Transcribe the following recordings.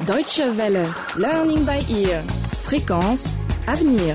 Deutsche Welle. Learning by ear. Fréquence avenir.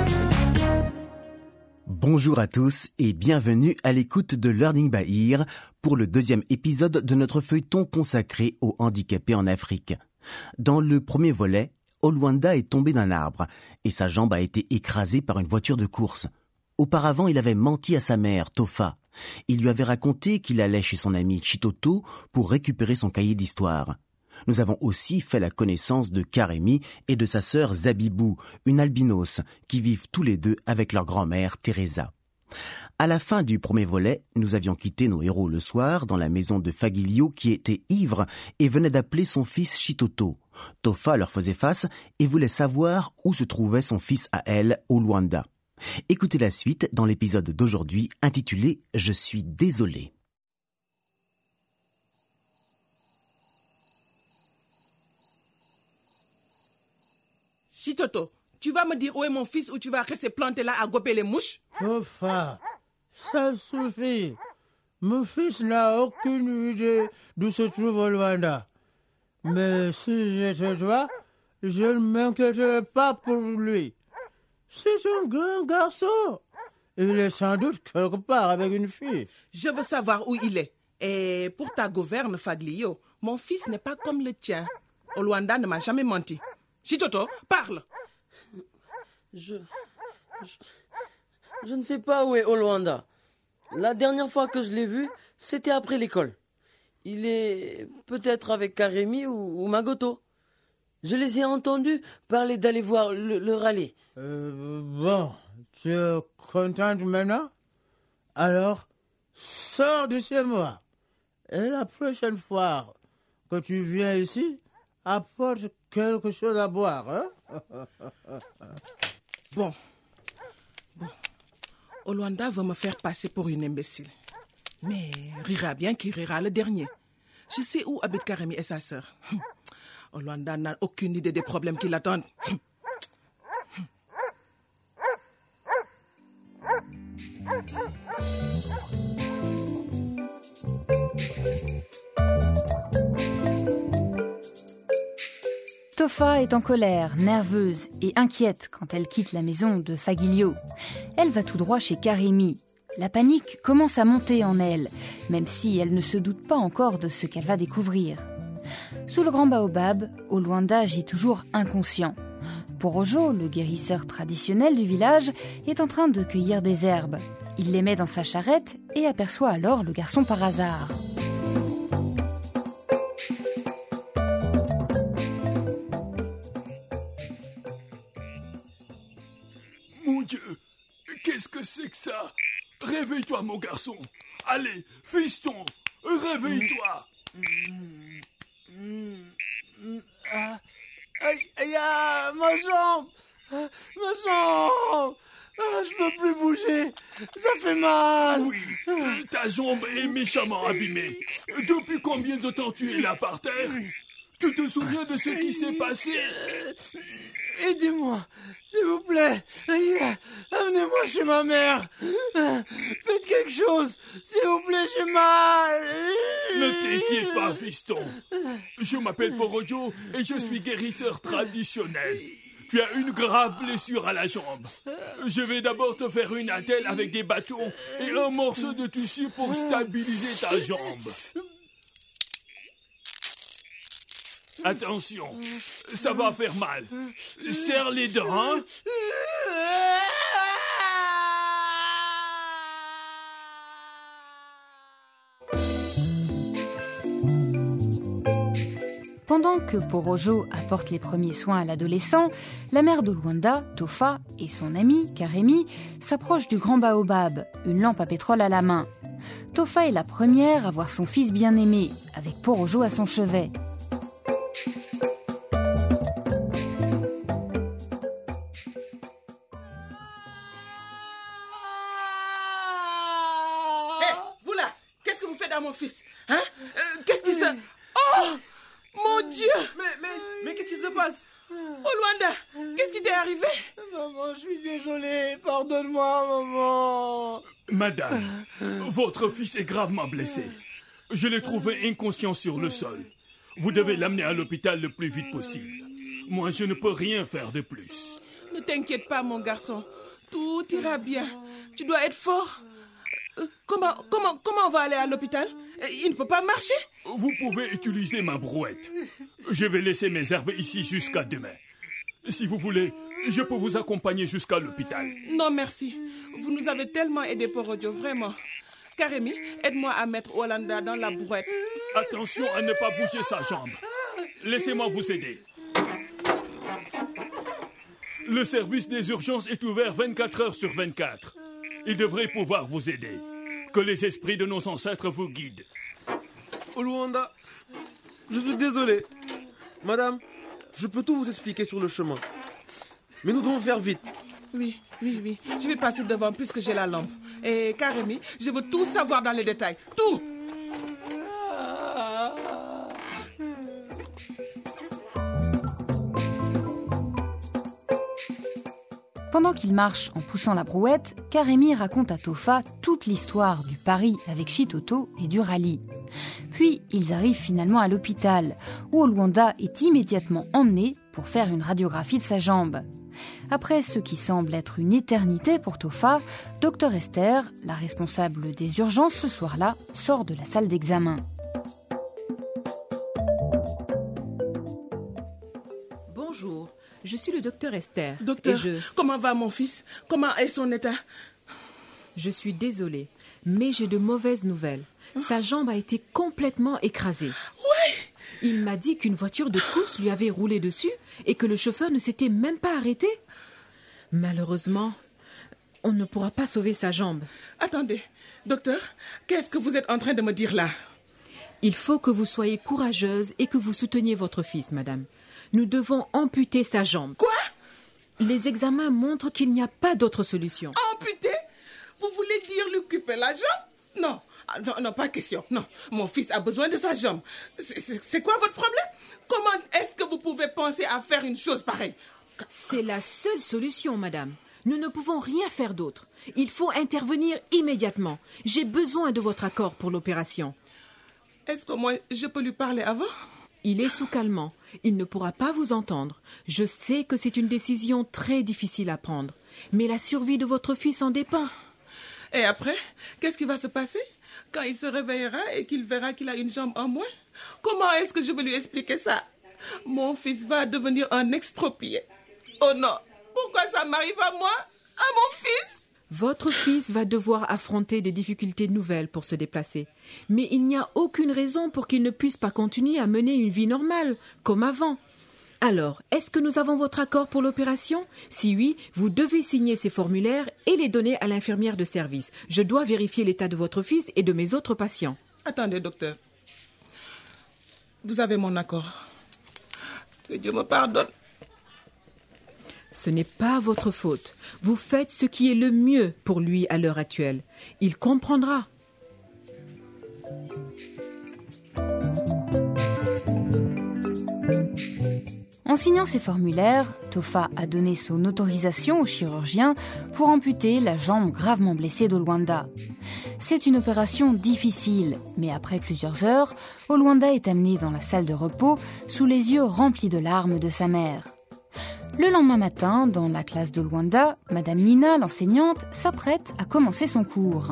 Bonjour à tous et bienvenue à l'écoute de Learning by Ear pour le deuxième épisode de notre feuilleton consacré aux handicapés en Afrique. Dans le premier volet, Olwanda est tombé d'un arbre et sa jambe a été écrasée par une voiture de course. Auparavant, il avait menti à sa mère, Tofa. Il lui avait raconté qu'il allait chez son ami Chitoto pour récupérer son cahier d'histoire. Nous avons aussi fait la connaissance de Karemi et de sa sœur Zabibou, une albinos, qui vivent tous les deux avec leur grand-mère Teresa. À la fin du premier volet, nous avions quitté nos héros le soir dans la maison de Fagilio qui était ivre et venait d'appeler son fils Chitoto. Tofa leur faisait face et voulait savoir où se trouvait son fils à elle, Olwanda. Écoutez la suite dans l'épisode d'aujourd'hui intitulé « Je suis désolé ». Chitoto, tu vas me dire où est mon fils ou tu vas rester planté là à gober les mouches? Tofa, ça suffit. Mon fils n'a aucune idée d'où se trouve Olwanda. Mais si j'étais toi, je ne m'inquiéterais pas pour lui. C'est un grand garçon. Il est sans doute quelque part avec une fille. Je veux savoir où il est. Et pour ta gouverne, Faglio, mon fils n'est pas comme le tien. Olwanda ne m'a jamais menti. Chitoto, parle. Je ne sais pas où est Olwanda. La dernière fois que je l'ai vu, c'était après l'école. Il est peut-être avec Karemi ou Magoto. Je les ai entendus parler d'aller voir le rallye. Bon, tu es contente maintenant? Alors, sors de chez moi. Et la prochaine fois que tu viens ici, apporte quelque chose à boire, hein? Bon. Olwanda veut me faire passer pour une imbécile. Mais rira bien qui rira le dernier. Je sais où habitent Karemi et sa sœur. Olwanda n'a aucune idée des problèmes qui l'attendent. Tofa est en colère, nerveuse et inquiète quand elle quitte la maison de Fagilio. Elle va tout droit chez Karemi. La panique commence à monter en elle, même si elle ne se doute pas encore de ce qu'elle va découvrir. Sous le grand baobab, Olwanda gît toujours inconscient. Porojo, le guérisseur traditionnel du village, est en train de cueillir des herbes. Il les met dans sa charrette et aperçoit alors le garçon par hasard. Mon Dieu, qu'est-ce que c'est que ça? Réveille-toi, mon garçon. Allez, fiston, réveille-toi. Aïe, ma jambe! Ma jambe! Je peux plus bouger! Ça fait mal! Oui, ta jambe est méchamment abîmée. Depuis combien de temps tu es là par terre? Tu te souviens de ce qui s'est passé? Aidez-moi, s'il vous plaît. Amenez-moi chez ma mère. Faites quelque chose. S'il vous plaît, j'ai mal. Ne t'inquiète pas, fiston. Je m'appelle Porojo et je suis guérisseur traditionnel. Tu as une grave blessure à la jambe. Je vais d'abord te faire une attelle avec des bâtons et un morceau de tissu pour stabiliser ta jambe. Attention, ça va faire mal. Serre les dents, hein? Pendant que Porojo apporte les premiers soins à l'adolescent, la mère d'Olwanda, Tofa, et son amie, Karemi, s'approchent du grand baobab, une lampe à pétrole à la main. Tofa est la première à voir son fils bien-aimé, avec Porojo à son chevet. Vous là, qu'est-ce que vous faites à mon fils? Hein? Qu'est-ce qui se... Oh! Mon Dieu! Mais qu'est-ce qui se passe? Olwanda, qu'est-ce qui t'est arrivé? Maman, je suis désolé. Pardonne-moi, maman. Madame, votre fils est gravement blessé. Je l'ai trouvé inconscient sur le sol. Vous devez l'amener à l'hôpital le plus vite possible. Moi, je ne peux rien faire de plus. Ne t'inquiète pas, mon garçon. Tout ira bien. Tu dois être fort. Comment on va aller à l'hôpital? Il ne peut pas marcher. Vous pouvez utiliser ma brouette. Je vais laisser mes herbes ici jusqu'à demain. Si vous voulez, je peux vous accompagner jusqu'à l'hôpital. Non, merci. Vous nous avez tellement aidés pour Rodio, vraiment. Karemi, aide-moi à mettre Olanda dans la brouette. Attention à ne pas bouger sa jambe. Laissez-moi vous aider. Le service des urgences est ouvert 24 heures sur 24. Il devrait pouvoir vous aider. Que les esprits de nos ancêtres vous guident. Oluwanda, je suis désolé. Madame, je peux tout vous expliquer sur le chemin. Mais nous devons faire vite. Oui. Je vais passer devant puisque j'ai la lampe. Et Karemi, je veux tout savoir dans les détails. Tout. Pendant qu'il marche en poussant la brouette, Karemi raconte à Tofa toute l'histoire du pari avec Chitoto et du rallye. Puis ils arrivent finalement à l'hôpital, où Oluwanda est immédiatement emmené pour faire une radiographie de sa jambe. Après ce qui semble être une éternité pour Tofa, Dr Esther, la responsable des urgences ce soir-là, sort de la salle d'examen. Bonjour, je suis le docteur Esther. Docteur, comment va mon fils? Comment est son état? Je suis désolée, mais j'ai de mauvaises nouvelles. Sa jambe a été complètement écrasée. Ouais. Il m'a dit qu'une voiture de course lui avait roulé dessus et que le chauffeur ne s'était même pas arrêté. Malheureusement, on ne pourra pas sauver sa jambe. Attendez, docteur, qu'est-ce que vous êtes en train de me dire là? Il faut que vous soyez courageuse et que vous souteniez votre fils, madame. Nous devons amputer sa jambe. Quoi? Les examens montrent qu'il n'y a pas d'autre solution. Amputer? Vous voulez dire lui couper la jambe? Non. Non, pas question. Non, mon fils a besoin de sa jambe. C'est quoi votre problème? Comment est-ce que vous pouvez penser à faire une chose pareille? C'est la seule solution, madame. Nous ne pouvons rien faire d'autre. Il faut intervenir immédiatement. J'ai besoin de votre accord pour l'opération. Est-ce que moi, je peux lui parler avant? Il est sous calmant. Il ne pourra pas vous entendre. Je sais que c'est une décision très difficile à prendre. Mais la survie de votre fils en dépend. Et après, qu'est-ce qui va se passer quand il se réveillera et qu'il verra qu'il a une jambe en moins? Comment est-ce que je vais lui expliquer ça? Mon fils va devenir un extropié. Oh non, pourquoi ça m'arrive à moi? À mon fils? Votre fils va devoir affronter des difficultés nouvelles pour se déplacer. Mais il n'y a aucune raison pour qu'il ne puisse pas continuer à mener une vie normale, comme avant. Alors, est-ce que nous avons votre accord pour l'opération? Si oui, vous devez signer ces formulaires et les donner à l'infirmière de service. Je dois vérifier l'état de votre fils et de mes autres patients. Attendez, docteur. Vous avez mon accord. Que Dieu me pardonne. Ce n'est pas votre faute. Vous faites ce qui est le mieux pour lui à l'heure actuelle. Il comprendra. En signant ces formulaires, Tofa a donné son autorisation au chirurgien pour amputer la jambe gravement blessée d'Oluwanda. C'est une opération difficile, mais après plusieurs heures, Oluwanda est amené dans la salle de repos sous les yeux remplis de larmes de sa mère. Le lendemain matin, dans la classe d'Oluwanda, Madame Nina, l'enseignante, s'apprête à commencer son cours.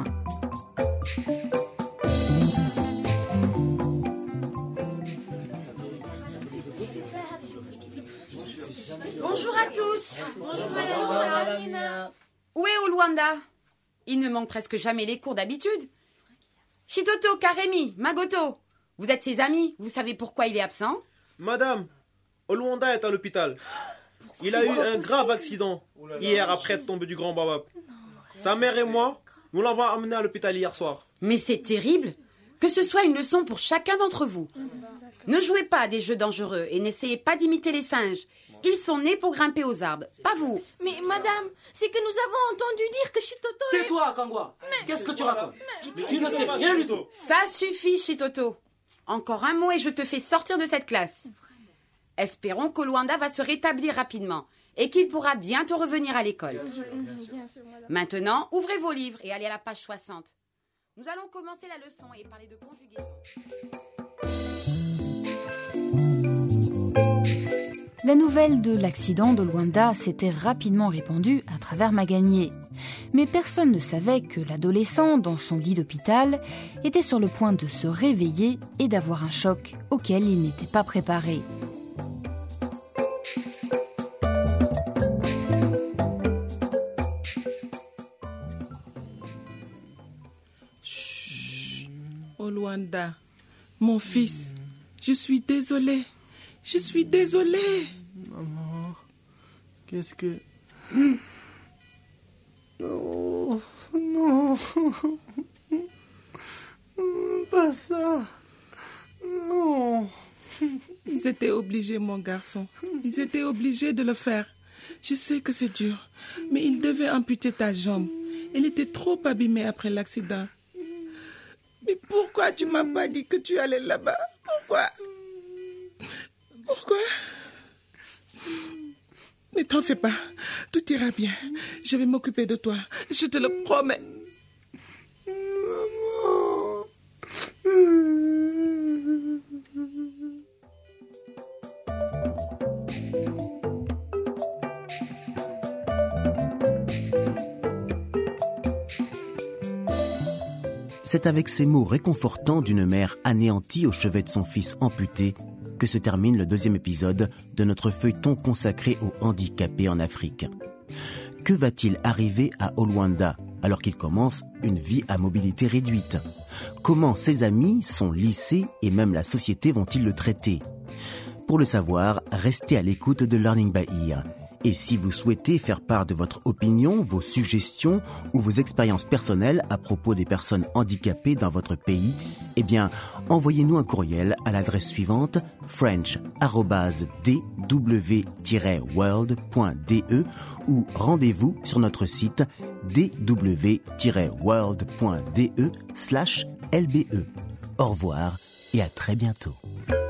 Bonjour à tous. Bonjour madame Nina. Où est Oluwanda? Il ne manque presque jamais les cours d'habitude. Chitoto, Karemi, Magoto, vous êtes ses amis, vous savez pourquoi il est absent? Madame, Oluwanda est à l'hôpital. Il a eu un grave accident hier après être tombé du grand Baobab. Sa mère et moi, nous l'avons amené à l'hôpital hier soir. Mais c'est terrible. Que ce soit une leçon pour chacun d'entre vous. Ne jouez pas à des jeux dangereux et n'essayez pas d'imiter les singes. Ils sont nés pour grimper aux arbres, pas vous. Mais madame, c'est que nous avons entendu dire que Chitoto est... Tais-toi, Kangwa. Qu'est-ce que tu racontes? Tu ne sais rien du tout. Ça suffit, Chitoto. Encore un mot et je te fais sortir de cette classe. Espérons qu'Oluwanda va se rétablir rapidement et qu'il pourra bientôt revenir à l'école. Maintenant, ouvrez vos livres et allez à la page 60. Nous allons commencer la leçon et parler de conjugaison. La nouvelle de l'accident de Luanda s'était rapidement répandue à travers Magagné. Mais personne ne savait que l'adolescent, dans son lit d'hôpital, était sur le point de se réveiller et d'avoir un choc auquel il n'était pas préparé. Oh Luanda, mon fils, je suis désolée. Je suis désolée. Maman, qu'est-ce que... Non, non, pas ça. Non. Ils étaient obligés, mon garçon. Ils étaient obligés de le faire. Je sais que c'est dur, mais ils devaient amputer ta jambe. Elle était trop abîmée après l'accident. Mais pourquoi tu m'as pas dit que tu allais là-bas? Pourquoi? Mais t'en fais pas, tout ira bien. Je vais m'occuper de toi, je te le promets. Maman. C'est avec ces mots réconfortants d'une mère anéantie au chevet de son fils amputé que se termine le deuxième épisode de notre feuilleton consacré aux handicapés en Afrique. Que va-t-il arriver à Oluanda alors qu'il commence une vie à mobilité réduite? Comment ses amis, son lycée et même la société vont-ils le traiter? Pour le savoir, restez à l'écoute de Learning by Ear. Et si vous souhaitez faire part de votre opinion, vos suggestions ou vos expériences personnelles à propos des personnes handicapées dans votre pays, eh bien, envoyez-nous un courriel à l'adresse suivante french@dw-world.de ou rendez-vous sur notre site dw-world.de/lbe. Au revoir et à très bientôt.